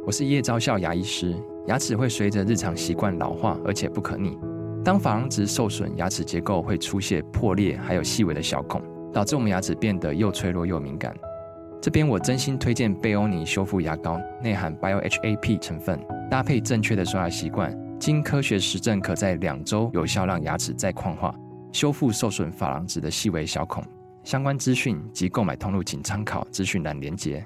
我是叶昭孝牙医师。牙齿会随着日常习惯老化，而且不可逆。当珐琅质受损，牙齿结构会出现破裂，还有细微的小孔，导致我们牙齿变得又脆弱又敏感。这边我真心推荐贝欧尼修复牙膏，内含 BioHAP 成分，搭配正确的刷牙习惯，经科学实证可在2周有效让牙齿再矿化，修复受损珐琅质的细微小孔。相关资讯及购买通路请参考资讯栏连结。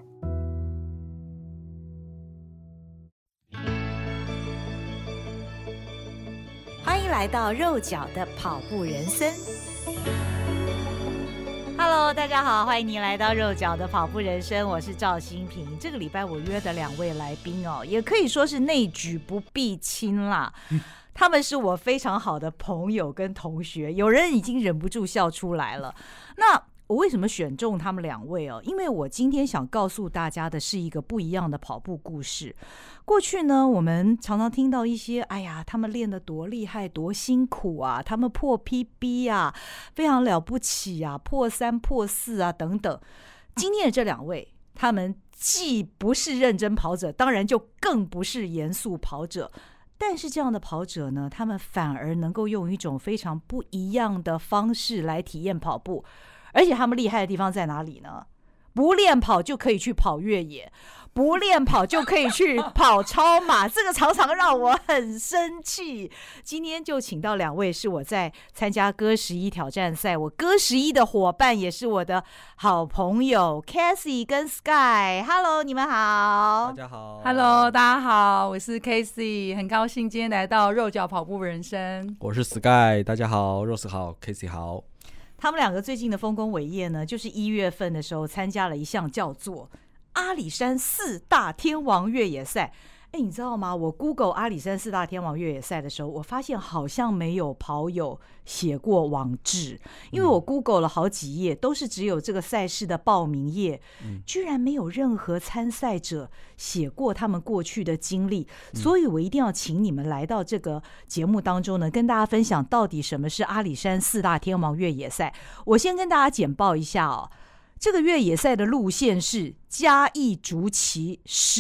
欢迎来到肉脚的跑步人生。Hello， 大家好，欢迎您来到肉脚的跑步人生，我是赵心屏。这个礼拜我约的2位来宾哦，也可以说是内举不避亲啦。他们是我非常好的朋友跟同学，有人已经忍不住笑出来了。那我为什么选中他们2位哦？因为我今天想告诉大家的是一个不一样的跑步故事。过去呢，我们常常听到一些，哎呀，他们练得多厉害、多辛苦啊，他们破 PB 啊，非常了不起啊，破3、破4啊等等。今天的这2位，他们既不是认真跑者，当然就更不是严肃跑者。但是这样的跑者呢，他们反而能够用一种非常不一样的方式来体验跑步。而且他们厉害的地方在哪里呢？不练跑就可以去跑越野，不练跑就可以去跑超马，这个常常让我很生气。今天就请到2位是我在参加歌11挑战赛，我歌11的伙伴，也是我的好朋友 Casey 跟 Sky。Hello， 你们好。 大家好。 Hello， 大家好，我是 Casey， 很高兴今天来到肉脚跑步人生。 我是 Sky， 大家好 ，Rose 好 ，Casey 好。 他们2个最近的丰功伟业呢，就是1月份的时候参加了一项叫做阿里山4大天王越野赛。你知道吗？我 Google 阿里山4大天王越野赛的时候，我发现好像没有跑友写过网志，因为我 Google 了好几页，都是只有这个赛事的报名页，居然没有任何参赛者写过他们过去的经历，所以我一定要请你们来到这个节目当中呢，跟大家分享到底什么是阿里山4大天王越野赛。我先跟大家简报一下哦。这个越野赛的路线是嘉义竹崎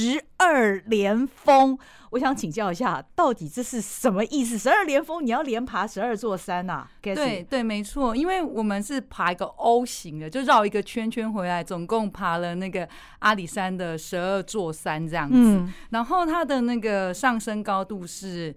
12连峰，我想请教一下，到底这是什么意思？12连峰，你要连爬12座山啊？ 对对，没错，因为我们是爬一个 O 型的，就绕一个圈圈回来，总共爬了那个阿里山的12座山这样子。然后它的那个上升高度是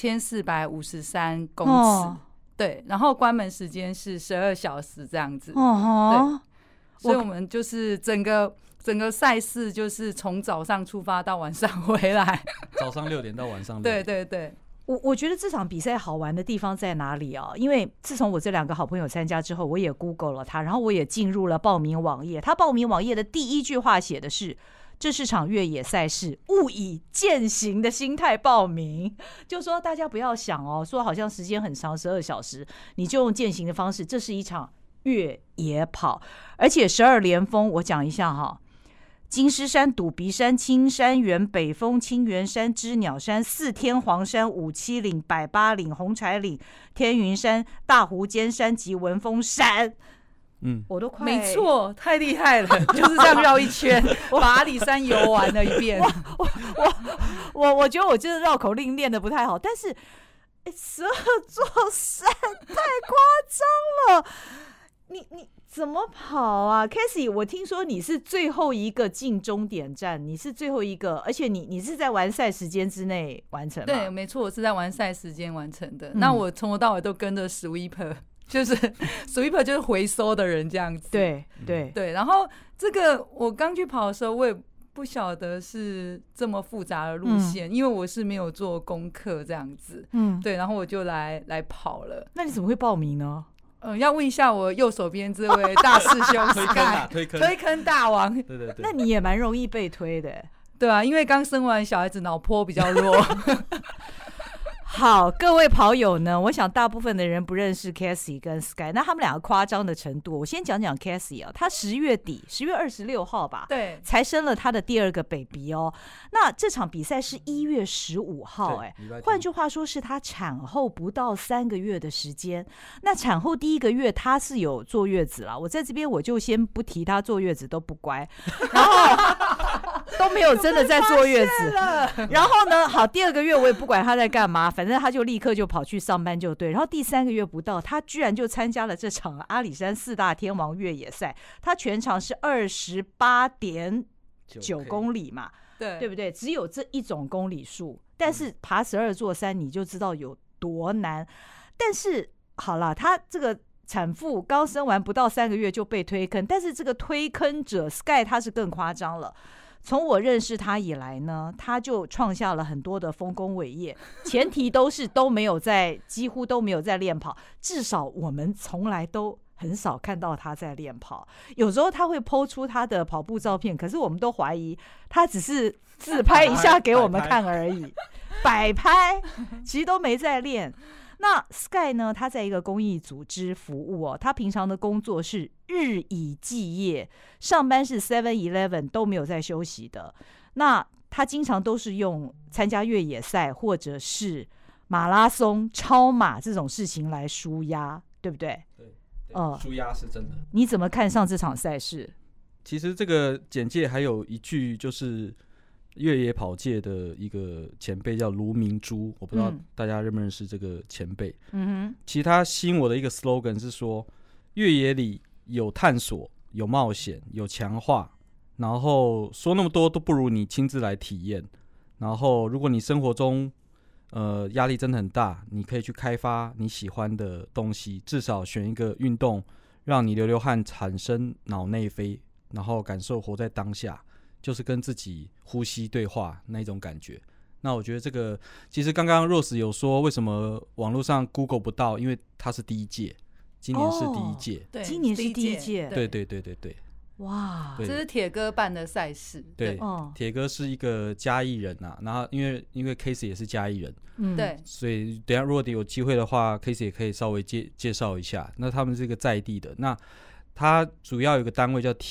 2453公尺，对，然后关门时间是12小时这样子。对。所以我们就是整个赛事就是从早上出发到晚上回来， 早上6点到晚上6 点。对对对， 我觉得这场比赛好玩的地方在哪里啊？因为自从我这2个好朋友参加之后，我也 Google 了他，然后我也进入了报名网页。他报名网页的第1句话写的是：这是场越野赛事，勿以践行的心态报名。就说大家不要想哦，说好像时间很长12小时，你就用践行的方式，这是一场越野跑。而且12连峰我讲一下哈，金狮山、肚鼻山、青山原、北峰、青原山、知鸟山、4天黄山、五七岭、百八岭、红柴岭、天云山、大湖尖山及文峰山。我都快没错，太厉害了，就是这样绕一圈，把阿里山游完了一遍。 我觉得我就是绕口令练得不太好，但是12座山太夸张了。你怎么跑啊 Casey？ 我听说你是最后一个进终点站，你是最后一个，而且你是在完赛时间之内完成吗？ 对，没错，我是在完赛时间完成的。那我从头到尾都跟着 sweeper， 就是 sweeper 就是回收的人这样子。 对对对，然后这个我刚去跑的时候，我也不晓得是这么复杂的路线，因为我是没有做功课这样子。对，然后我就来跑了。 那你怎么会报名呢？ 要问一下我右手边这位大师兄推坑大王。 对对对， 那你也蛮容易被推的。 对啊，因为刚生完小孩子，脑波比较弱。 好，各位跑友呢，我想大部分的人不认识 Casey 跟 Sky， 那他们2个夸张的程度，我先讲讲 Casey 啊，他10月底10月26号吧， 对， 才生了他的第2个 baby 哦。那这场比赛是1月15号，换句话说是他产后不到3个月的时间。那产后第1个月他是有坐月子啦，我在这边我就先不提他坐月子都不乖，然后都没有真的在坐月子。然后呢，好，第2个月我也不管他在干嘛，反正他就立刻就跑去上班就对。然后第3个月不到，他居然就参加了这场阿里山4大天王越野赛，他全长是28.9公里嘛，对不对？只有这一种公里数，但是爬12座山你就知道有多难。但是好了，他这个产妇刚生完不到3个月就被推坑，但是这个推坑者 Sky 他是更夸张了。从我认识他以来呢，他就创下了很多的丰功伟业，前提几乎都没有在练跑，至少我们从来都很少看到他在练跑。有时候他会 po 出他的跑步照片，可是我们都怀疑他只是自拍一下给我们看而已，摆拍，其实都没在练。那 Sky 呢？他在一个公益组织服务哦，他平常的工作是日以继夜，上班是 7-11 都没有在休息的。那他经常都是用参加越野赛或者是马拉松、超马这种事情来抒压，对不对？ 对，抒压是真的。 你怎么看上这场赛事？ 其实这个简介还有一句就是越野跑界的一个前辈叫卢明珠，我不知道大家认不认识这个前辈。其实他吸引我的一个 slogan 是说，越野里有探索、有冒险、有强化，然后说那么多都不如你亲自来体验。然后如果你生活中压力真的很大，你可以去开发你喜欢的东西，至少选一个运动让你流流汗，产生脑内啡，然后感受活在当下，就是跟自己呼吸对话那种感觉。那我觉得这个其实刚刚 Rose 有说为什么网络上 Google 不到，因为它是第一届，今年是第一届， 对，今年是第一届， 对， 哇， 这是铁哥办的赛事， 对，铁哥是一个嘉义人啊，然后因为 Casey 也是嘉义人， 对， 所以等一下如果有机会的话 ，Casey 也可以稍微介绍一下。那他们是一个在地的，那它主要有个单位叫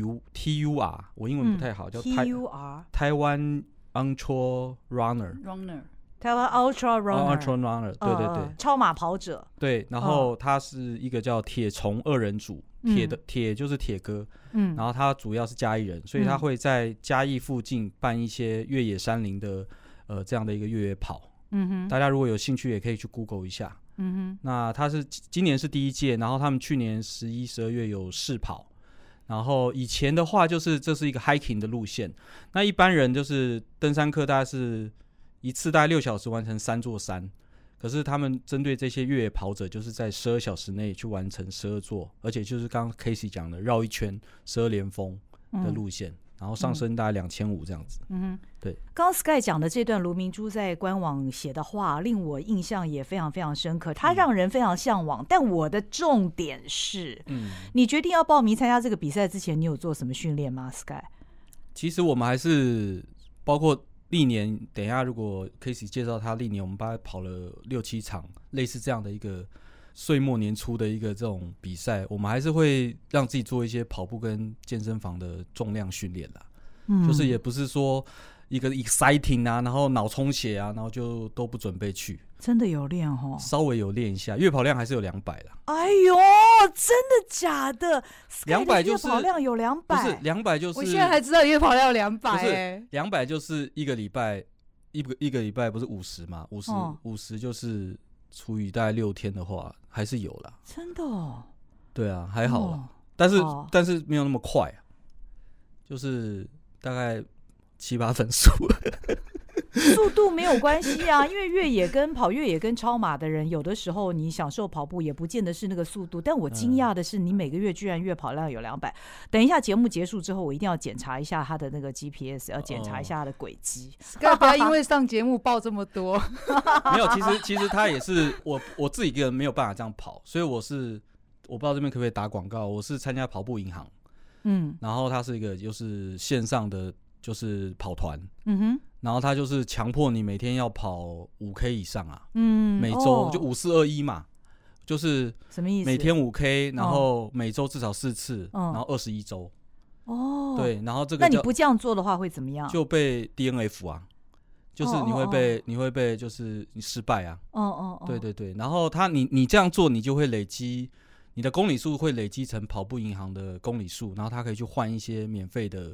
TUR， 我英文不太好，叫 TUR 台湾 Ultra Runner， 台湾 Ultra Runner， 对， 超马跑者， 对，然后它是一个叫铁虫2人组，铁就是铁哥，然后他主要是嘉义人，所以他会在嘉义附近办一些越野山林的这样的一个越野跑，大家如果有兴趣也可以去 Google 一下。那他是今年是第一届，然后他们去年11、12月有试跑，然后以前的话就是这是一个 hiking 的路线，那一般人就是登山客大概是一次大概6小时完成3座山，可是他们针对这些越野跑者就是在12小时内去完成12座，而且就是刚刚 Casey 讲的绕一圈12连峰的路线，然后上升大概2500这样子。对。 刚刚 Sky 讲的这段卢明珠在官网写的话，令我印象也非常非常深刻，它让人非常向往。但我的重点是，你决定要报名参加这个比赛之前，你有做什么训练吗 ？Sky？ 其实我们还是包括历年，等一下如果 Casey 介绍他历年，我们大概跑了6、7场类似这样的一个岁末年初的一个这种比赛，我们还是会让自己做一些跑步跟健身房的重量训练啦。就是也不是说一个 exciting 啊，然后脑充血啊，然后就都不准备去。 真的有练哦， 稍微有练一下，月跑量还是有200啦。 哎呦，真的假的 ？200就是月跑量有200， 不是200就是。 我现在还知道月跑量有200， 不是200就是一个礼拜，一个礼拜不是50嘛？50就是除以大概6天的话，还是有啦。 真的哦？ 对啊，还好啦，但是没有那么快啊，就是大概7、8分速。 速度没有关系啊，因为跑越野跟超马的人，有的时候你享受跑步也不见得是那个速度。但我惊讶的是，你每个月居然月跑量有200。等一下节目结束之后，我一定要检查一下他的那个 GPS， 要检查一下他的轨迹。 不要因为上节目报这么多。 没有，其实他也是我自己一个人没有办法这样跑，所以我不知道这边可不可以打广告。我是参加跑步银行，然后它是一个就是线上的就是跑团，然后他就是强迫你每天要跑5K 以上啊，每周就5421嘛，就是什么意思？ 每天5K， 然后每周至少4次，然后21周。对，然后这个那你不这样做的话会怎么样？ 就被 DNF 啊，就是你会被就是你失败啊。对，然后你这样做，你就会累积你的公里数会累积成跑步银行的公里数，然后他可以去换一些免费的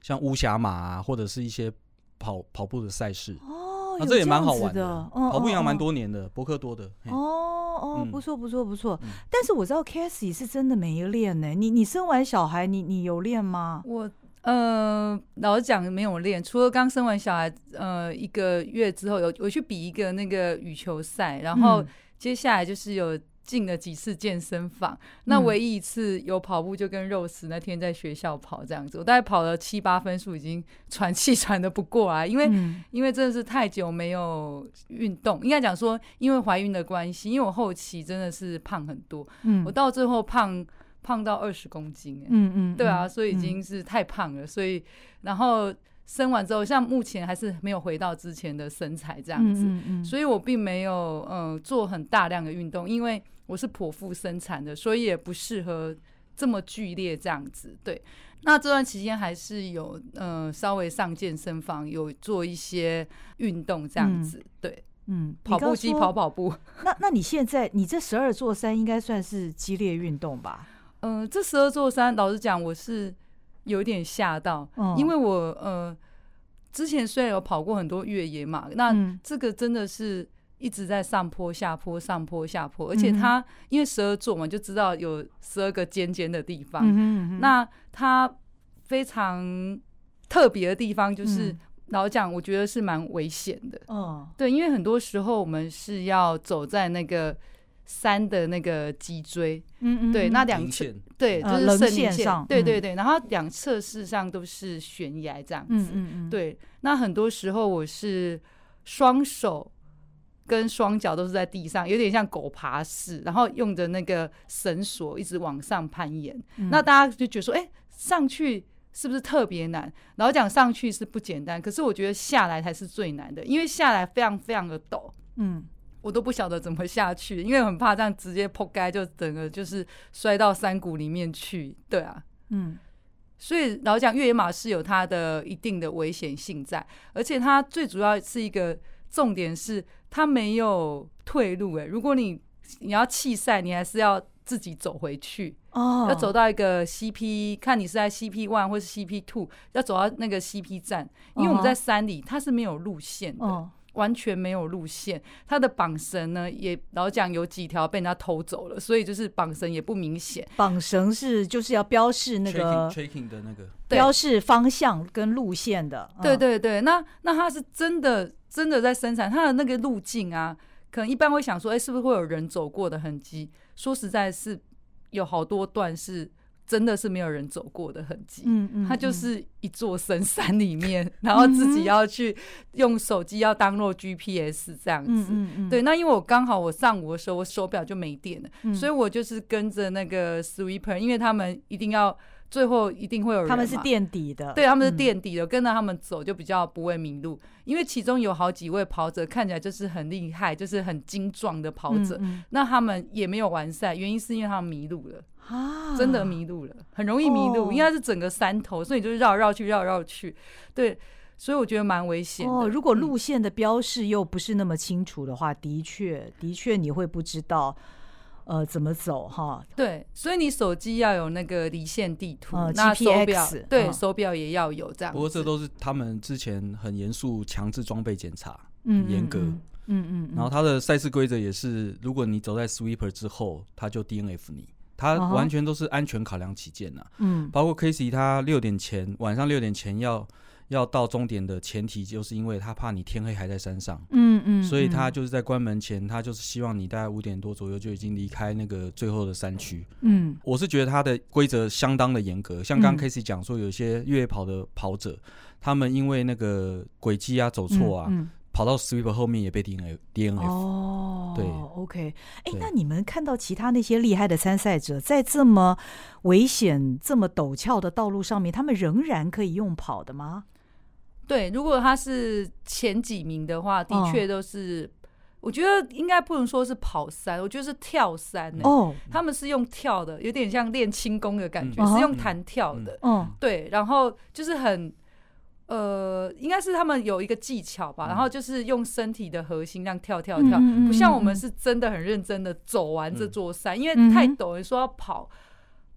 像乌霞马啊，或者是一些跑步的赛事。 这也蛮好玩的。 跑步营蛮多年的，伯克多的。 不错不错不错。但是我知道 Cassie 是真的没练呢。你生完小孩，你有练吗？ 我老实讲没有练，除了刚生完小孩1个月之后有去比一个那个羽球赛，然后接下来就是有进了几次健身房，那唯一一次有跑步就跟Rose那天在学校跑这样子，我大概跑了7-8分数，已经喘气喘得不过来，因为真的是太久没有运动，应该讲说因为怀孕的关系，因为我后期真的是胖很多，我到最后胖到20公斤，对啊，所以已经是太胖了，所以然后生完之后，像目前还是没有回到之前的身材这样子，所以我并没有做很大量的运动，因为我是剖腹生产的，所以也不适合这么剧烈这样子。对，那这段期间还是有稍微上健身房，有做一些运动这样子。对，跑步机跑步。 那你现在你这12座山应该算是激烈运动吧？ 这12座山，老实讲，我是有点吓到，因为我之前虽然有跑过很多越野马，那这个真的是一直在上坡下坡上坡下坡，而且它因为12座嘛，就知道有12个尖尖的地方，那它非常特别的地方就是老讲我觉得是蛮危险的，对，因为很多时候我们是要走在那个山的那个脊椎，对，那2侧对就是棱线上， 对对对，然后2侧事实上都是悬崖这样子，对，那很多时候我是双手跟双脚都是在地上，有点像狗爬式，然后用着那个绳索一直往上攀岩，那大家就觉得说，上去是不是特别难？然后讲上去是不简单，可是我觉得下来才是最难的，因为下来非常非常的陡，我都不晓得怎么下去，因为很怕这样直接扑街，就整个就是摔到山谷里面去。对啊，所以老实讲，越野马是有它的一定的危险性在，而且它最主要是一个重点是它没有退路。如果你要弃赛，你还是要自己走回去，要走到一个 CP， 看你是在 CP1 或是 CP2， 要走到那个 CP 站，因为我们在山里，它是没有路线的。完全没有路线，它的绑绳呢也老讲有几条被人家偷走了，所以就是绑绳也不明显。 绑绳是就是要标示那个 tracking 的那个标示方向跟路线的。 对对对，那它是真的在生产，它的那个路径啊，可能一般会想说，是不是会有人走过的痕迹？说实在是有好多段是。真的是没有人走过的痕迹，它就是一座深山里面，然后自己要去用手机要download GPS 这样子，对。那因为我刚好我上午的时候我手表就没电了，所以我就是跟着那个 sweeper， 因为他们一定要最后一定会有人嘛， 他们是垫底的， 对，他们是垫底的，跟着他们走就比较不会迷路，因为其中有好几位跑者看起来就是很厉害，就是很精壮的跑者，那他们也没有完赛，原因是因为他们迷路了。真的迷路了，很容易迷路，因为它是整个山头，所以你就绕去，对，所以我觉得蛮危险的。 如果路线的标示又不是那么清楚的话，的确你会不知道怎么走哈。 对，所以你手机要有那个离线地图，那手表对手表也要有这样子。 不过这都是他们之前很严肃强制装备检查，很严格。然后它的赛事规则也是，如果你走在 sweeper 之后，它就 DNF 你。它完全都是安全考量起见包括 Casey 他晚上6点前要到终点的前提，就是因为他怕你天黑还在山上，所以他就是在关门前，他就是希望你大概5点多左右就已经离开那个最后的山区。我是觉得他的规则相当的严格，像刚刚 Casey 讲说，有一些越野跑的跑者，他们因为那个轨迹啊走错啊。跑到 sweeper 后面也被 DNF。对 ，OK， 那你们看到其他那些厉害的参赛者，在这么危险、这么陡峭的道路上面，他们仍然可以用跑的吗？ 对，如果他是前几名的话，的确都是，我觉得应该不能说是跑山，我觉得是跳山他们是用跳的，有点像练轻功的感觉，是用弹跳的。对，然后就是很。应该是他们有一个技巧吧，然后就是用身体的核心这样跳，不像我们是真的很认真的走完这座山，因为太陡，你说要跑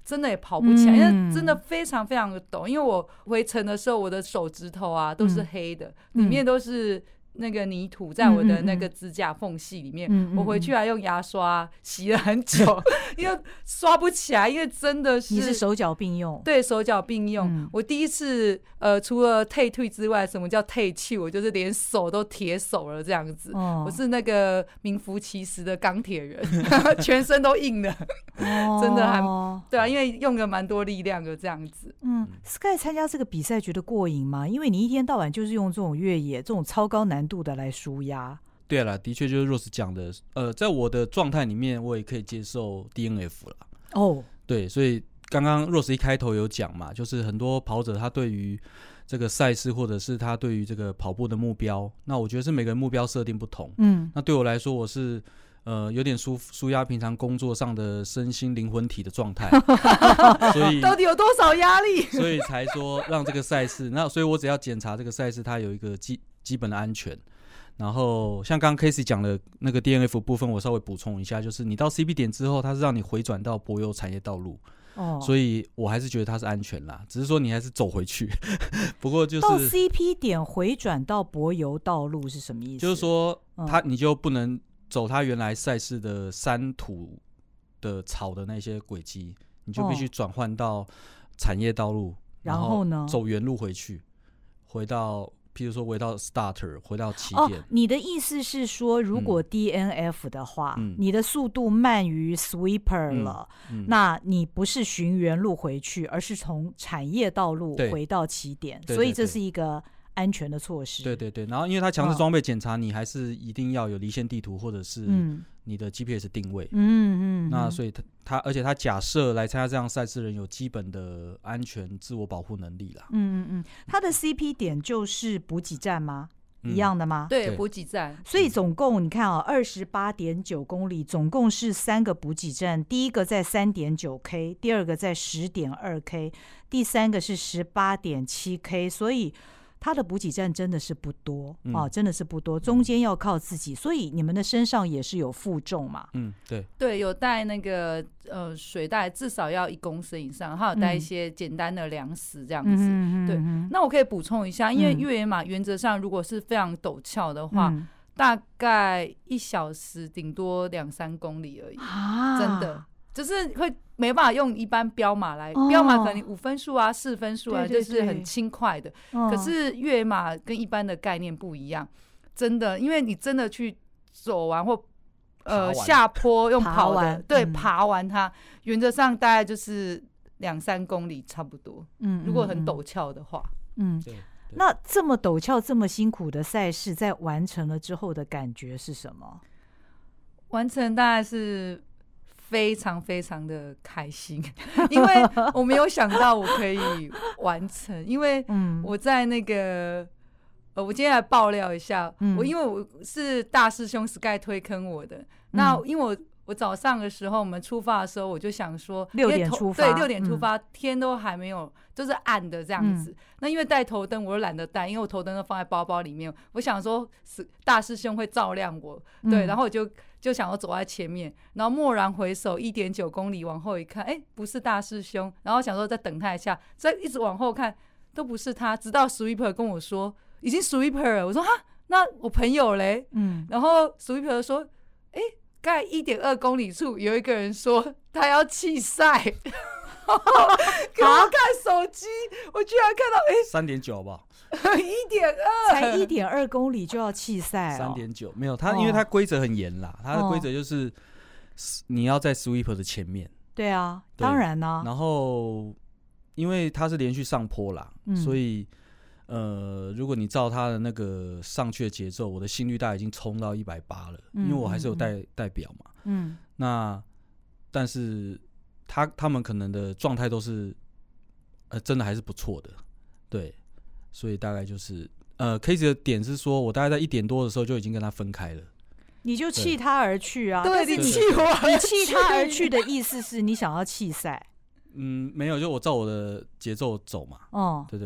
真的也跑不起来，因为真的非常非常的陡。因为我回程的时候，我的手指头啊都是黑的，里面都是那个泥土在我的那个指甲缝隙里面，我回去还用牙刷洗了很久，因为刷不起来，因为真的是你是手脚并用， 对，手脚并用。我第一次除了退退之外，什么叫退气？我就是连手都铁手了这样子。我是那个名副其实的钢铁人，全身都硬的，真的还对啊，因为用了蛮多力量的这样子。 Sky 参加这个比赛觉得过瘾吗？因为你一天到晚就是用这种越野这种超高难度的来抒压。 对啦，的确就是 Rose 讲的，在我的状态里面，我也可以接受 DNF 啦。对，所以刚刚 Rose 一开头有讲嘛，就是很多跑者他对于这个赛事或者是他对于这个跑步的目标，那我觉得是每个人目标设定不同。那对我来说，我是有点抒压平常工作上的身心灵魂体的状态，所以到底有多少压力？ 所以才说让这个赛事，那所以我只要检查这个赛事它有一个基本的安全。然后像刚刚 Casey 讲的那个 DNF 部分，我稍微补充一下，就是你到 CP 点之后，它是让你回转到柏油产业道路。所以我还是觉得它是安全啦，只是说你还是走回去。不过就是到 CP 点回转到柏油道路是什么意思？ 就是说你就不能走它原来赛事的山土的草的那些轨迹，你就必须转换到产业道路， 然后呢走原路回去，回到譬如说回到 starter， 回到起点。 你的意思是说，如果 DNF 的话，你的速度慢于 sweeper 了，那你不是循原路回去，而是从产业道路回到起点，所以这是一个安全的措施。 对对对，然后因为它强制装备检查，你还是一定要有离线地图或者是你的 GPS 定位。那所以而且他假设来参加这样赛事的人有基本的安全自我保护能力啦。 他的 CP 点就是补给站吗？一样的吗？ 对，补给站。 所以总共你看28.9公里，总共是3个补给站，第一个在3.9K， 第二个在10.2K， 第三个是18.7K， 所以它的补给站真的是不多真的是不多，中间要靠自己，所以你们的身上也是有负重嘛？ 对，有带那个水袋，至少要1公升以上，还有带一些简单的粮食这样子。对，那我可以补充一下，因为越野马原则上如果是非常陡峭的话，大概1小时顶多2-3公里而已，真的。就是会没办法用一般标马来，标马可能5分数啊、4分数啊，就是很轻快的。可是越野马跟一般的概念不一样，真的，因为你真的去走完或下坡用跑的，对，爬完它，原则上大概就是2-3公里差不多。如果很陡峭的话， 那这么陡峭、这么辛苦的赛事，在完成了之后的感觉是什么？ 完成大概是非常非常的开心，因为我没有想到我可以完成，因为我在那个我今天来爆料一下，因为我是大师兄 Sky 推坑我的，那因为我早上的时候，我们出发的时候，我就想说 6点出发， 对，6点出发，天都还没有，就是暗的这样子。那因为带头灯，我又懒得带，因为我头灯都放在包包里面。我想说，大师兄会照亮我，对，然后我就想要走在前面，然后蓦然回首1.9公里往后一看，不是大师兄，然后想说再等他一下，再一直往后看，都不是他，直到 Sweeper 跟我说已经 Sweeper 了，我说哈，那我朋友嘞，然后 Sweeper 说，在1.2公里处有一个人说他要弃赛，给我看手机，我居然看到 3.9好不好 ？1.2 才1.2公里就要弃赛 3.9没有他，因为他规则很严啦，他的规则就是你要在 Sweeper 的前面。 对啊，当然啦。 然后因为他是连续上坡啦，所以如果你照他的那个上去的节奏，我的心率大概已经冲到180了，因为我还是有带表嘛。那但是他们可能的状态都是真的还是不错的，对，所以大概就是Casey 的点是说，我大概在1点多的时候就已经跟他分开了。 你就弃他而去啊？ 对，你弃我， 你弃他而去的意思是你想要弃赛？ 没有，就我照我的节奏走嘛。对对对。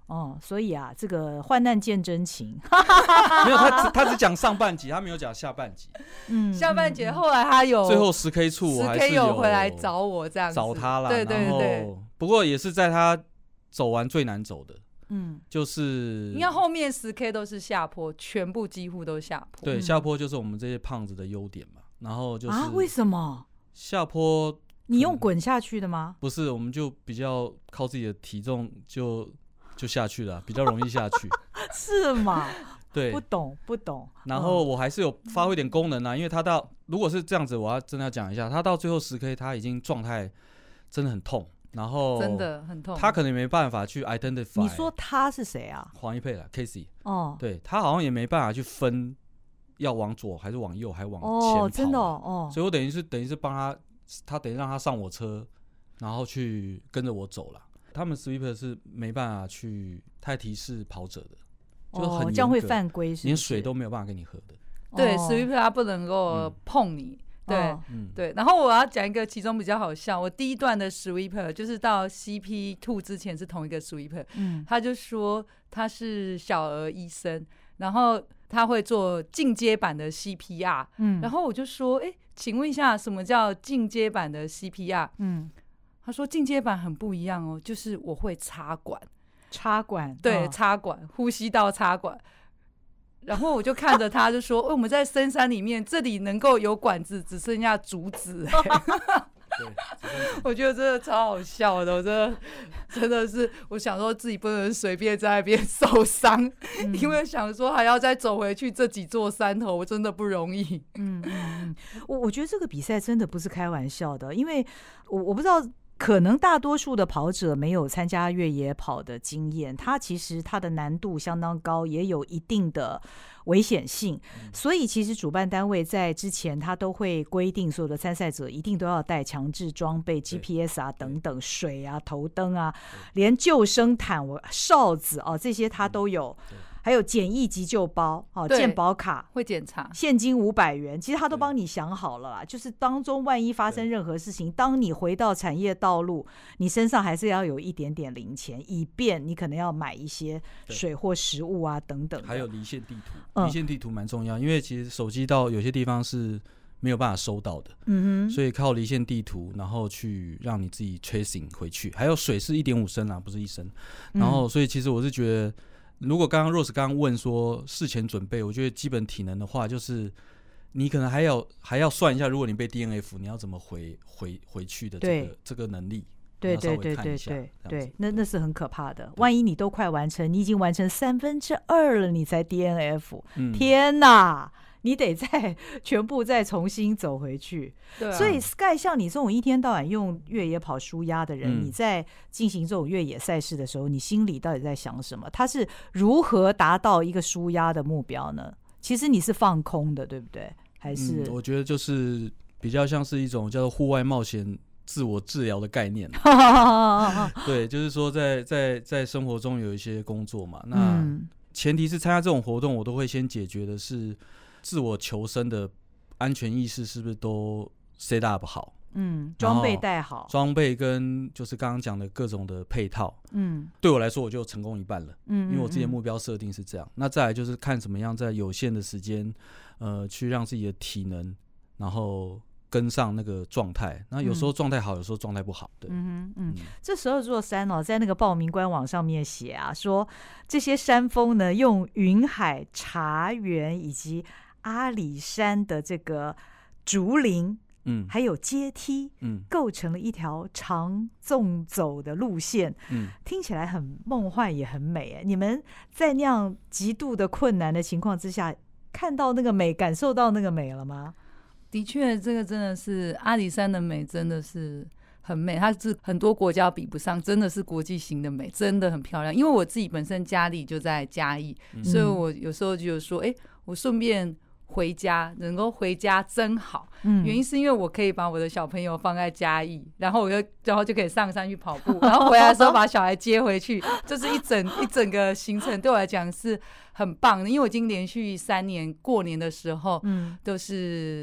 哦，所以啊，这个患难见真情。 没有，他只讲上半集，他没有讲下半集。 下半集后来他有最后10K 处，我还是有回来找我这样子， 找他啦。 对对对。 不过也是在他走完最难走的，就是你看后面10K 都是下坡，全部几乎都下坡。 对，下坡就是我们这些胖子的优点嘛。然后就是为什么下坡？ 你用滚下去的吗？ 不是，我们就比较靠自己的体重就下去了，比较容易下去。 是吗？ 对， 不懂。 然后我还是有发挥点功能啊，因为他如果是这样子，我真的要讲一下，他到最后10K 他已经状态真的很痛，然后真的很痛， 他可能没办法去 identify。 你说他是谁啊？ 黄一佩啦 ，Casey。 哦， 对，他好像也没办法去分要往左还是往右，还往前跑。 真的哦。 所以我等于是帮他等于让他上我车，然后去跟着我走了。他们 sweeper 是没办法去太提示跑者的，就很这样会犯规， 连水都没有办法给你喝的。 对，sweeper 他不能够碰你。对，对。然后我要讲一个其中比较好笑，我第一段的 sweeper 就是到 CP2 之前是同一个 sweeper，他就说他是小儿医生，然后他会做进阶版的 CPR，然后我就说，请问一下，什么叫进阶版的 CPR？他说进阶版很不一样哦，就是我会插管，对，插管，呼吸道插管。然后我就看着他就说，我们在深山里面，这里能够有管子，只剩下竹子。我觉得真的超好笑的，我真的是，我想说自己不能随便在那边受伤，因为想说还要再走回去这几座山头，我真的不容易。 我觉得这个比赛真的不是开玩笑的，因为我不知道。可能大多数的跑者没有参加越野跑的经验，它其实它的难度相当高，也有一定的危险性，所以其实主办单位在之前他都会规定所有的参赛者一定都要带强制装备 GPS 啊等等，水啊头灯啊，连救生毯哨子这些他都有，还有简易急救包健保卡会检查， 现金500元，其实他都帮你想好了啦，就是当中万一发生任何事情，当你回到产业道路，你身上还是要有一点点零钱，以便你可能要买一些水或食物啊等等的。 还有离线地图，离线地图蛮重要，因为其实手机到有些地方是没有办法收到的，所以靠离线地图，然后去让你自己 tracing 回去。还有水是1.5升啦，不是1升。然后所以其实我是觉得，如果刚刚 Rose 刚刚问说事前准备，我觉得基本体能的话，就是你可能还要算一下，如果你被 DNF， 你要怎么回去的这个能力。 对，那是很可怕的。万一你都快完成，你已经完成2/3了，你才 DNF，天哪！你得全部再重新走回去。 对啊， 所以 Sky 像你这种一天到晚用越野跑舒压的人，你在进行这种越野赛事的时候，你心里到底在想什么？他是如何达到一个舒压的目标呢？其实你是放空的，对不对？还是我觉得就是比较像是一种叫做户外冒险自我治疗的概念。对，就是说在生活中有一些工作嘛，那前提是参加这种活动，我都会先解决的是自我求生的安全意识是不是都 set up 好， 装备带好， 装备跟就是刚刚讲的各种的配套，对我来说我就成功一半了，因为我自己的目标设定是这样。那再来就是看怎么样在有限的时间，去让自己的体能，然后跟上那个状态，那有时候状态好，有时候状态不好。对， 这12座山在那个报名官网上面写啊，说这些山峰呢，用云海、茶园以及阿里山的这个竹林，还有阶梯，构成了一条长纵走的路线，听起来很梦幻，也很美。你们在那样极度的困难的情况之下，看到那个美，感受到那个美了吗？ 的确，这个真的是阿里山的美，真的是很美，它是很多国家比不上，真的是国际型的美，真的很漂亮。因为我自己本身家里就在嘉义，所以我有时候就说，我顺便回家，能够回家真好。原因是因为我可以把我的小朋友放在嘉义，然后就可以上山去跑步，然后回来的时候把小孩接回去，就是一整个行程对我来讲是很棒的。因为我已经连续3年过年的时候，都是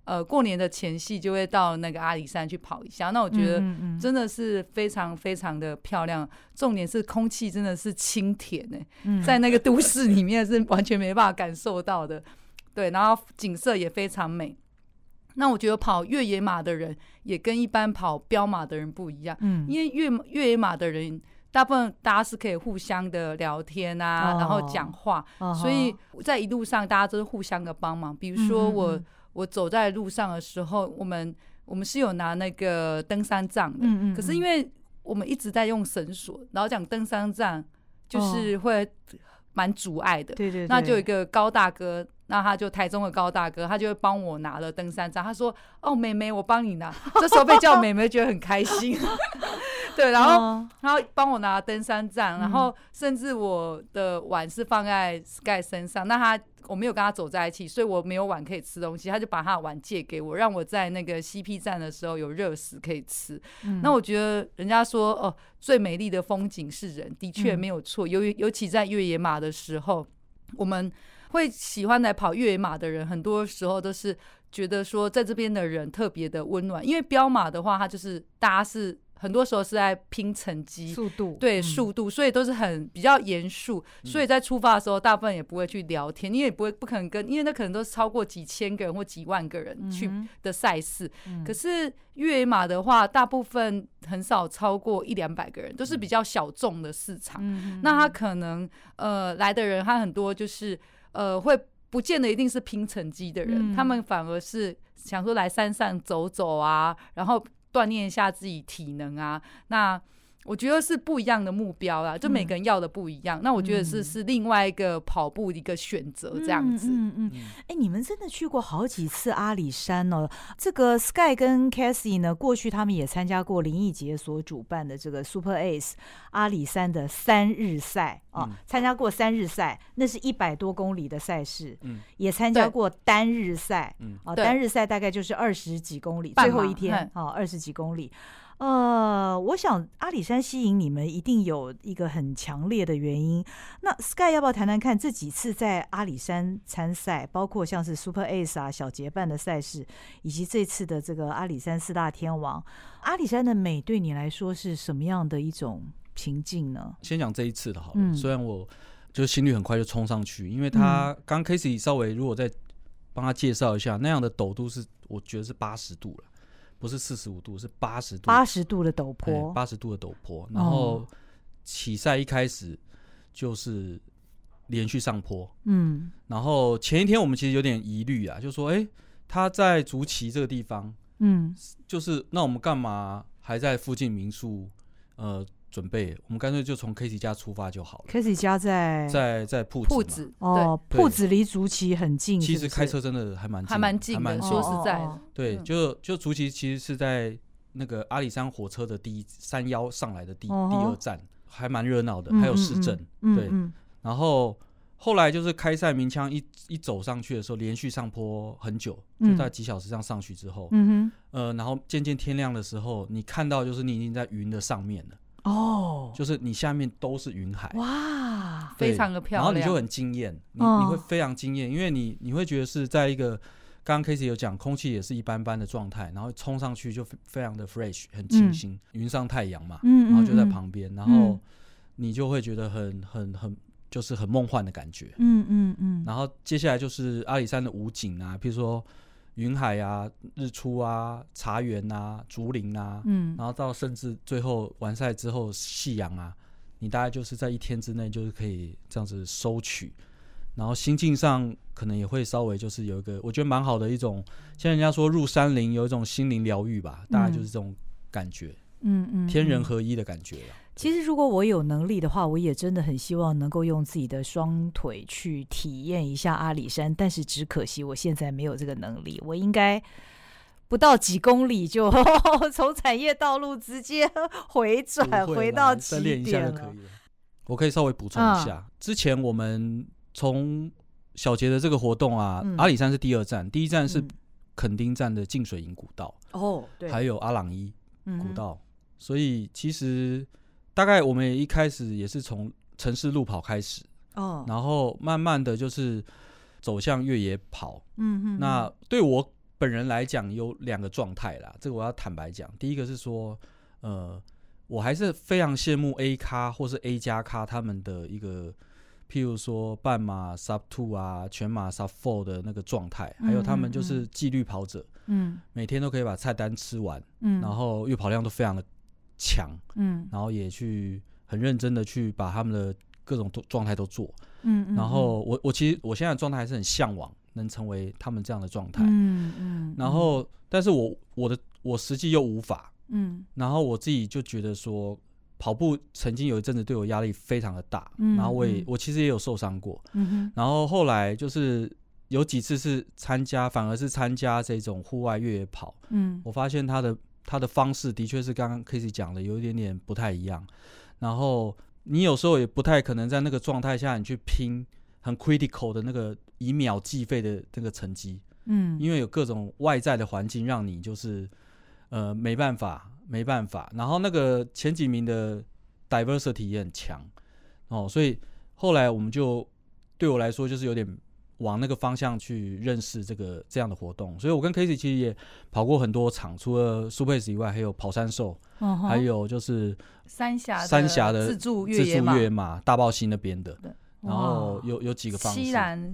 过年的前夕就会到那个阿里山去跑一下。那我觉得真的是非常非常的漂亮，重点是空气真的是清甜在那个都市里面是完全没办法感受到的。对，然后景色也非常美。那我觉得跑越野马的人也跟一般跑标马的人不一样，因为越野马的人大部分大家是可以互相的聊天啊，然后讲话，所以在一路上大家都是互相的帮忙。比如说我走在路上的时候，我们是有拿那个登山杖的，可是因为我们一直在用绳索，然后讲登山杖就是会蛮阻碍的， 对， 那就有一个高大哥。那他就台中的高大哥，他就会帮我拿了登山杖。他说：“哦，妹妹，我帮你拿。”这时候被叫妹妹，觉得很开心。对，然后他帮我拿登山杖，然后甚至我的碗是放在 Sky 身上。那我没有跟他走在一起，所以我没有碗可以吃东西，他就把他的碗借给我，让我在那个 CP 站的时候有热食可以吃。那我觉得人家说最美丽的风景是人，的确没有错。尤其在越野马的时候，我们会喜欢来跑越野马的人，很多时候都是觉得说在这边的人特别的温暖。因为标马的话，它就是大家是很多时候是在拼成绩、 速度， 对速度，所以都是比较严肃。所以在出发的时候，大部分也不会去聊天，因为不可能因为那可能都是超过几千个人或几万个人去的赛事。可是越野马的话，大部分很少超过100-200个人，都是比较小众的市场。那他可能来的人，他很多就是会不见得一定是拼成绩的人，他们反而是想说来山上走走啊，然后锻炼一下自己体能啊。那我觉得是不一样的目标啦，就每个人要的不一样。那我觉得是另外一个跑步的一个选择，这样子。 你们真的去过好几次阿里山哦。这个 Sky 跟 Cassie 呢，过去他们也参加过林义杰所主办的这个 Super Ace 阿里山的3日赛参加过3日赛，那是100多公里的赛事，也参加过单日赛，单日赛大概就是20几公里，最后一天20几公里。我想阿里山吸引你们一定有一个很强烈的原因。那 Sky 要不要谈谈看这几次在阿里山参赛，包括像是 Super Ace 啊、小结伴的赛事，以及这次的这个阿里山4大天王，阿里山的美对你来说是什么样的一种情境呢？ 先讲这一次的好了，虽然我就心率很快就冲上去，因为他刚 Casey 稍微如果再帮他介绍一下，那样的陡度是我觉得是80度了。不是45度，是80度 ，80度的陡坡 ，80度的陡坡。然后起赛一开始就是连续上坡，然后前一天我们其实有点疑虑啊，就说，他在竹崎这个地方，就是那我们干嘛还在附近民宿准备？我们干脆就从 Casey 家出发就好了。 Casey 家在铺子铺子离竹崎很近， 其实开车真的还蛮近的，说实在的。 对，就竹崎其实是在那个阿里山火车的31上来的第2站，还蛮热闹的，还有市政。对，然后后来就是开赛鸣枪一走上去的时候，连续上坡很久，就大概几小时这样上去之后，然后渐渐天亮的时候，你看到就是你已经在云的上面了。就是你下面都是云海， 哇， 非常的漂亮， 然后你就很惊艳，你会非常惊艳，因为你会觉得是在一个刚刚 Casey 有讲，空气也是一般般的状态，然后冲上去就非常的 fresh， 很清新，云上太阳嘛，然后就在旁边，然后你就会觉得很就是很梦幻的感觉，然后接下来就是阿里山的武景啊，譬如说云海啊、日出啊、茶园啊、竹林啊，然后到甚至最后完赛之后夕阳啊，你大概就是在1天之内就是可以这样子收取，然后心境上可能也会稍微就是有一个我觉得蛮好的一种，像人家说入山林有一种心灵疗愈吧，大概就是这种感觉，天人合一的感觉啦。 其实如果我有能力的话，我也真的很希望能够用自己的双腿去体验一下阿里山，但是只可惜我现在没有这个能力，我应该不到几公里就从产业道路直接回转回到起点了。 我可以稍微补充一下，之前我们从小杰的这个活动啊，阿里山是第2站，第1站是垦丁站的净水营古道， 对， 还有阿朗伊古道，所以其实大概我们一开始也是从城市路跑开始，然后慢慢的就是走向越野跑。那对我本人来讲有2个状态啦，这个我要坦白讲。第一个是说，我还是非常羡慕 A 咖或是 A 加咖他们的一个，譬如说半马 Sub 2啊，全马 Sub 4的那个状态，还有他们就是纪律跑者，每天都可以把菜单吃完，然后月跑量都非常的强，然后也去很认真的去把他们的各种状态都做，然后我其实我现在的状态还是很向往能成为他们这样的状态，然后但是我实际又无法，然后我自己就觉得说，跑步曾经有一阵子对我压力非常的大，然后我其实也有受伤过，然后后来就是有几次是反而是参加这种户外越野跑，我发现他的方式的确是刚刚 Casey 讲的有一点点不太一样，然后你有时候也不太可能在那个状态下你去拼很 critical 的那个以秒计费的这个成绩，因为有各种外在的环境让你就是没办法，然后那个前几名的 diversity 也很强所以后来我们就对我来说就是有点往那个方向去认识这样的活动，所以我跟 Casey 其实也跑过很多场，除了 Super 以外，还有跑山兽，还有就是三峡的自助越野马大豹溪那边的，然后有几个方式， 七兰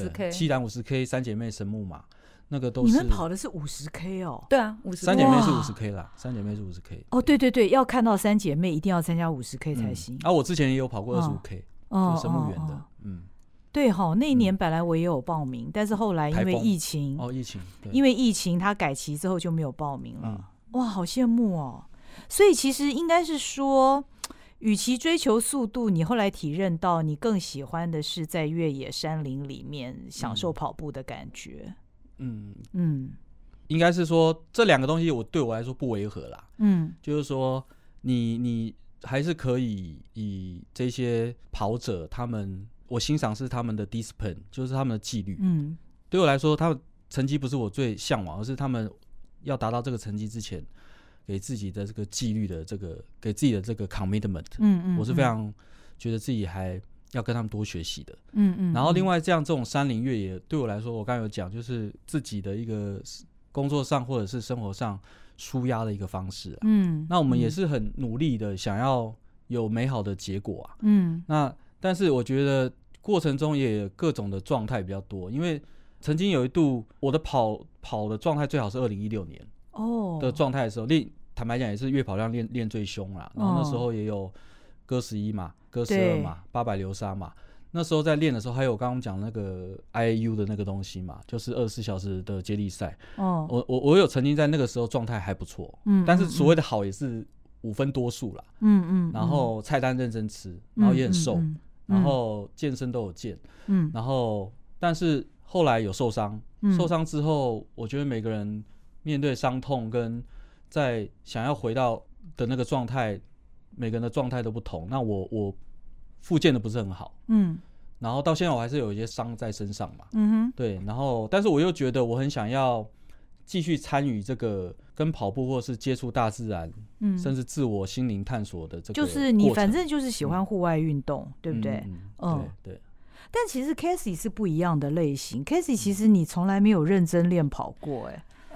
50K 三姐妹神木马，那个都是你们跑的是 50K 哦？ 对啊，50K， 三姐妹是 50K 啦，三姐妹是 50K。 哦，对，要看到三姐妹一定要参加 50K 才行。 我之前也有跑过 25K，就是神木园的， 对哈，那一年本来我也有报名，但是后来因为疫情，因为疫情它改期之后就没有报名了。哇，好羡慕哦！所以其实应该是说，与其追求速度，你后来体认到你更喜欢的是在越野山林里面享受跑步的感觉。 应该是说这2个东西对我来说不违和啦。就是说你还是可以以这些跑者他们。我欣赏是他们的 discipline， 就是他们的纪律。对我来说，他们成绩不是我最向往，而是他们要达到这个成绩之前，给自己的这个纪律的给自己的这个 commitment。我是非常觉得自己还要跟他们多学习的。然后另外这种山林越野，对我来说，我刚才有讲，就是自己的一个工作上或者是生活上抒压的一个方式。那我们也是很努力的想要有美好的结果啊。但是我觉得过程中也有各种的状态比较多，因为曾经有一度我的跑的状态最好是2016年的状态的时候，坦白讲也是月跑量练最凶啦，然后那时候也有哥11嘛、哥12嘛、800流沙嘛，那时候在练的时候还有刚刚讲那个 IAU 的那个东西嘛，就是24小时的接力赛。我有曾经在那个时候状态还不错，但是所谓的好也是5分多数啦，然后菜单认真吃，然后也很瘦，然后健身都有健，然后但是后来有受伤，受伤之后，我觉得每个人面对伤痛跟在想要回到的那个状态，每个人的状态都不同。那我复健的不是很好，然后到现在我还是有一些伤在身上嘛，对，然后但是我又觉得我很想要继续参与这个跟跑步或是接触大自然，甚至自我心灵探索的这个过程， 就是你反正就是喜欢户外运动，对不对？ 对。 但其实 Casey 是不一样的类型 ，Casey 其实你从来没有认真练跑过，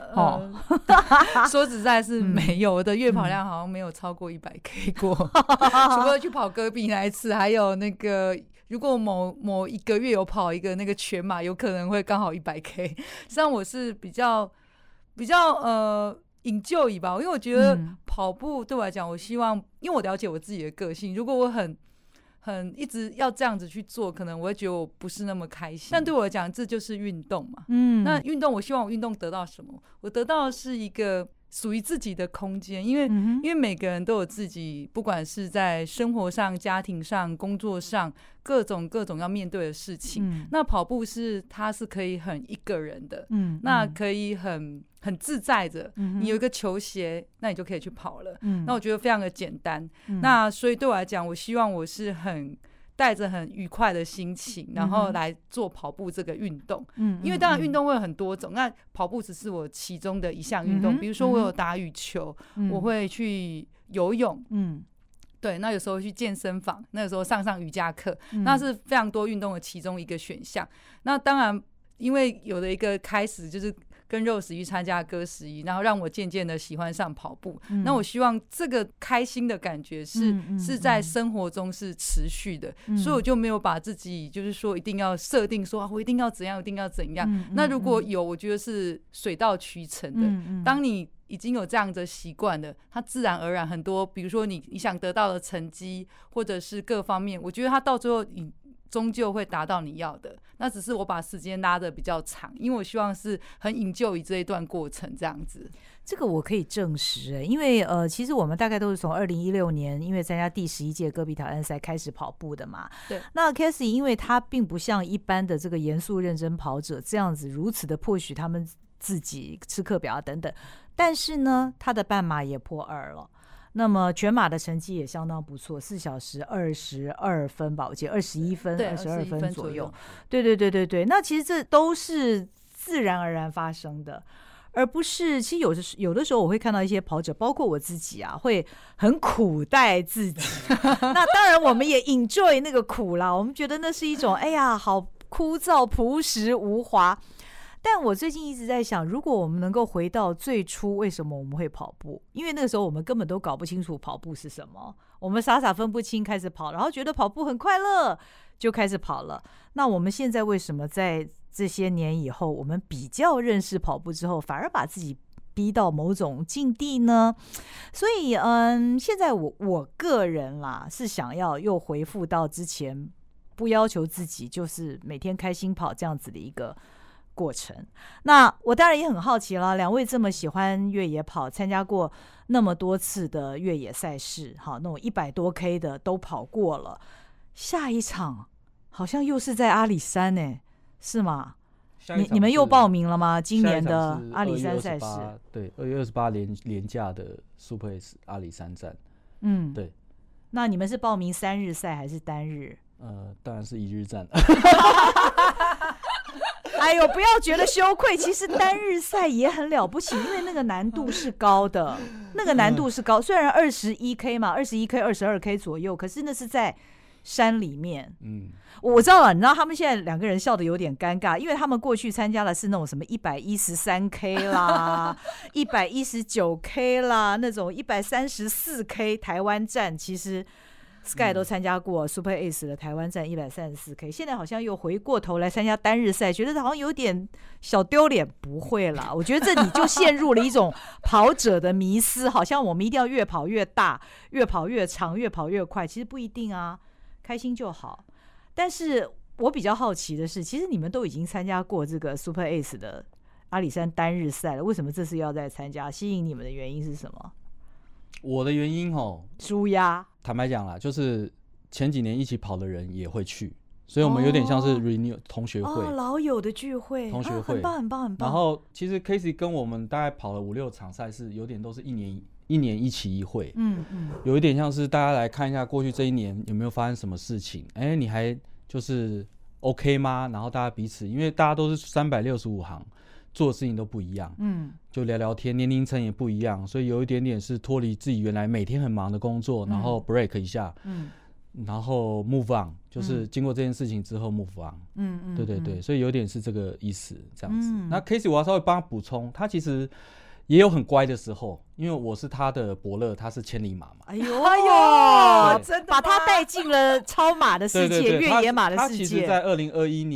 说实在是没有，我的月跑量好像没有超过100K 过，除了去跑戈壁那一次，还有那个如果某一个月有跑一个那个全马，有可能会刚好100K。实际上我是比较enjoy吧，因为我觉得跑步对我来讲，我希望，因为我了解我自己的个性，如果我很一直要这样子去做，可能我会觉得我不是那么开心。但对我来讲，这就是运动嘛。那运动，我希望我运动得到什么？我得到的是一个属于自己的空间，因为每个人都有自己，不管是在生活上、家庭上、工作上，各种要面对的事情。那跑步它是可以很一个人的，那可以很自在的。你有一个球鞋，那你就可以去跑了。那我觉得非常的简单。那所以对我来讲，我希望我是带着很愉快的心情，然后来做跑步这个运动。因为当然运动会有很多种，那跑步只是我其中的一项运动。比如说我有打羽球，我会去游泳，对，那有时候去健身房，那有时候上瑜伽课，那是非常多运动的其中一个选项。那当然，因为有的一个开始就是跟肉食鱼参加歌食鱼，然后让我渐渐的喜欢上跑步。那我希望这个开心的感觉是在生活中是持续的，所以我就没有把自己就是说一定要设定说我一定要怎样，一定要怎样。那如果有，我觉得是水到渠成的。当你已经有这样的习惯了，它自然而然很多，比如说你想得到的成绩，或者是各方面，我觉得它到最后你终究会达到你要的。那只是我把时间拉得比较长，因为我希望是很enjoy这一段过程这样子。 这个我可以证实，因为其实我们大概都是从2016年因为参加第11届戈壁挑战赛开始跑步的嘛。 对。 那 Cassie 因为他并不像一般的这个严肃认真跑者这样子如此的迫许他们自己吃课表等等，但是呢，他的半马也破2了。那么全马的成绩也相当不错，4小时22分吧，我记得21分、22分左右。对。那其实这都是自然而然发生的，而不是其实有的时候我会看到一些跑者，包括我自己啊，会很苦待自己。那当然我们也 enjoy 那个苦啦，我们觉得那是一种哎呀好枯燥朴实无华。但我最近一直在想，如果我们能够回到最初为什么我们会跑步，因为那个时候我们根本都搞不清楚跑步是什么，我们傻傻分不清开始跑，然后觉得跑步很快乐就开始跑了。那我们现在为什么在这些年以后，我们比较认识跑步之后，反而把自己逼到某种境地呢？所以现在我个人啦是想要又回复到之前不要求自己就是每天开心跑这样子的一个过程。那我当然也很好奇了，两位这么喜欢越野跑，参加过那么多次的越野赛事，好，那种100多 K 的都跑过了，下一场好像又是在阿里山呢，是吗？你们又报名了吗？今年的阿里山赛事？ 对，2月28连假的 Super S 阿里山站。对。 那你们是报名3日赛还是单日？ 当然是1日站。 哎呦，不要觉得羞愧，其实单日赛也很了不起，因为那个难度是高的，那个难度是高。虽然21K 嘛，21K、22K 左右，可是那是在山里面。我知道了，你知道他们现在两个人笑得有点尴尬，因为他们过去参加的是那种什么113K 啦、119K 啦，那种134K 台湾站，其实Sky 都参加过 Super Ace 的台湾站134K， 现在好像又回过头来参加单日赛，觉得好像有点小丢脸。不会啦，我觉得这你就陷入了一种跑者的迷思，好像我们一定要越跑越大，越跑越长，越跑越快，其实不一定啊，开心就好。但是我比较好奇的是，其实你们都已经参加过这个 Super Ace 的阿里山单日赛了，为什么这次要再参加？吸引你们的原因是什么？ 我的原因舒压。 坦白讲啦，就是前几年一起跑的人也会去，所以我们有点像是 renew 同学会， 老友的聚会， 同学会， 很棒很棒很棒。 然后其实 Casey 跟我们大概跑了5-6场赛事，有点都是一年一期一会，有一点像是大家来看一下过去这一年有没有发生什么事情，你还就是 OK 吗？然后大家彼此，因为大家都是365行。做的事情都不一样，就聊聊天，年龄层也不一样，所以有一点点是脱离自己原来每天很忙的工作，然后 break 一下，然后 move on， 就是经过这件事情之后 move on，对，所以有点是这个意思，这样子。那 Casey 我要稍微帮他补充，他其实也有很乖的时候，因为我是他的伯乐，他是千里马嘛。 哎呦，真的把他带进了超马的世界，越野马的世界。 他其实在2020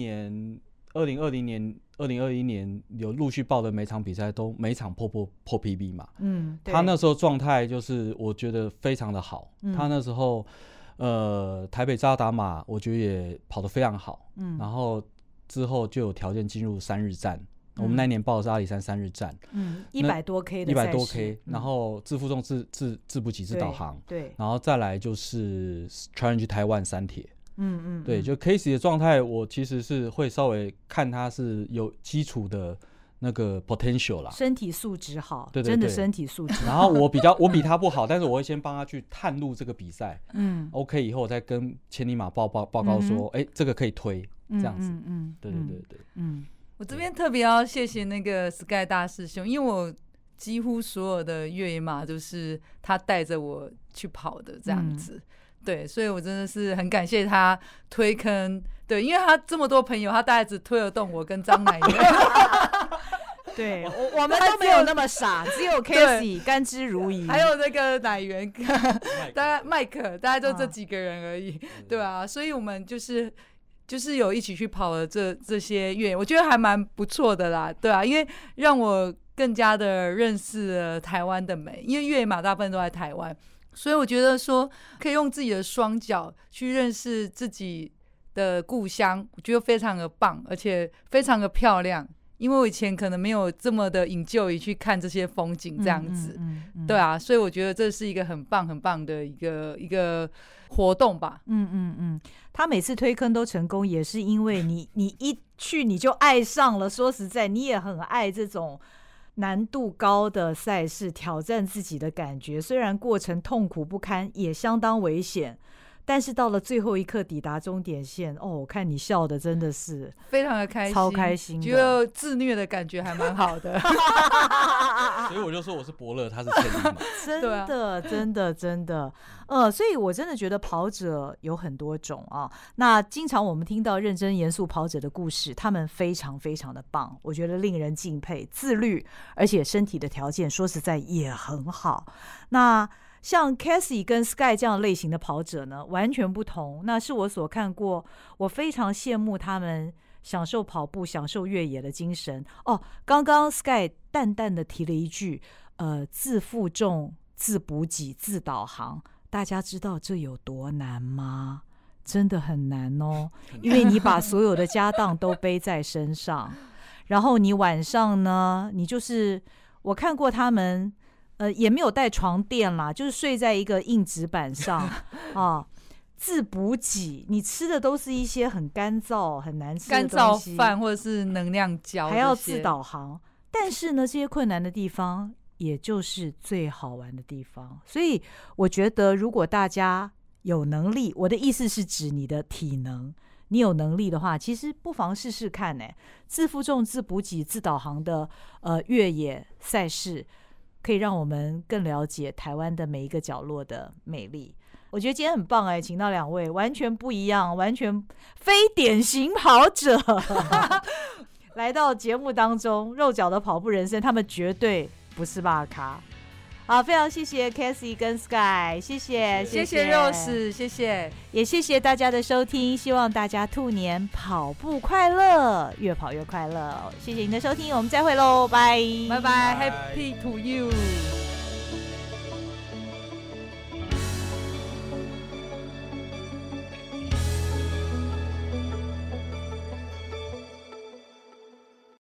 年有陆续报的每场比赛都每场破 PB 嘛，他那时候状态就是我觉得非常的好，他那时候台北扎达马我觉得也跑得非常好，然后之后就有条件进入3日站，我们那年报的是阿里山3日站 ，100多 K 的赛事，100多 K，然后自负重自补给自导航， 对， 然后再来就是 Challenge 台湾3铁。对，就 Casey 的状态，我其实是会稍微看他是有基础的那个 potential 啦， 身体素质好， 对， 真的身体素质。 然后我比他不好，但是我会先帮他去探路这个比赛，OK 以后我再跟千里马报告说，这个可以推，这样子，对， 我这边特别要谢谢那个 Sky 大师兄，因为我几乎所有的越野马都是他带着我去跑的这样子。对，所以我真的是很感谢他推坑，对，因为他这么多朋友，他大概只推得动我跟张乃元。 对，我们都没有那么傻，只有 Casey 甘之如饴， 还有那个奶源，大概麦克，大概就这几个人而已，对啊，所以我们就是有一起去跑了这些越野，我觉得还蛮不错的啦，对啊，因为让我更加的认识了台湾的美，因为越野马大部分都在台湾，所以我觉得说可以用自己的双脚去认识自己的故乡，我觉得非常的棒，而且非常的漂亮。因为我以前可能没有这么的enjoy去看这些风景这样子，对啊，所以我觉得这是一个很棒很棒的一个活动吧。 他每次推坑都成功，也是因为你一去你就爱上了。说实在，你也很爱这种难度高的赛事，挑战自己的感觉。虽然过程痛苦不堪，也相当危险。但是到了最后一刻抵达终点线，我看你笑的真的是非常的开心， 超开心的， 觉得自虐的感觉还蛮好的。 所以我就说我是伯乐，他是千里马。 真的，所以我真的觉得跑者有很多种啊。那经常我们听到认真严肃跑者的故事，他们非常非常的棒，我觉得令人敬佩，自律，而且身体的条件说实在也很好。那像 Casey 跟 Sky 这样类型的跑者呢，完全不同。那是我所看过，我非常羡慕他们享受跑步、享受越野的精神。刚刚 Sky 淡淡的提了一句，自负重、自补给、自导航，大家知道这有多难吗？真的很难哦，因为你把所有的家当都背在身上，然后你晚上呢，你就是我看过他们。也没有带床垫啦，就是睡在一个硬纸板上啊。自补给，你吃的都是一些很干燥、很难吃的东西， 干燥饭或者是能量胶， 还要自导航。但是呢，这些困难的地方，也就是最好玩的地方。所以我觉得，如果大家有能力，我的意思是指你的体能，你有能力的话，其实不妨试试看呢。自负重、自补给、自导航的越野赛事。可以让我们更了解台湾的每一个角落的美丽。我觉得今天很棒请到2位完全不一样、完全非典型跑者来到节目当中，肉脚的跑步人生，他们绝对不是大咖。好，非常谢谢 Casey 跟 Sky， 谢谢 Rose， 谢谢， 也谢谢大家的收听，希望大家兔年跑步快乐，越跑越快乐。谢谢您的收听，我们再会喽，拜拜拜 ，Happy to you。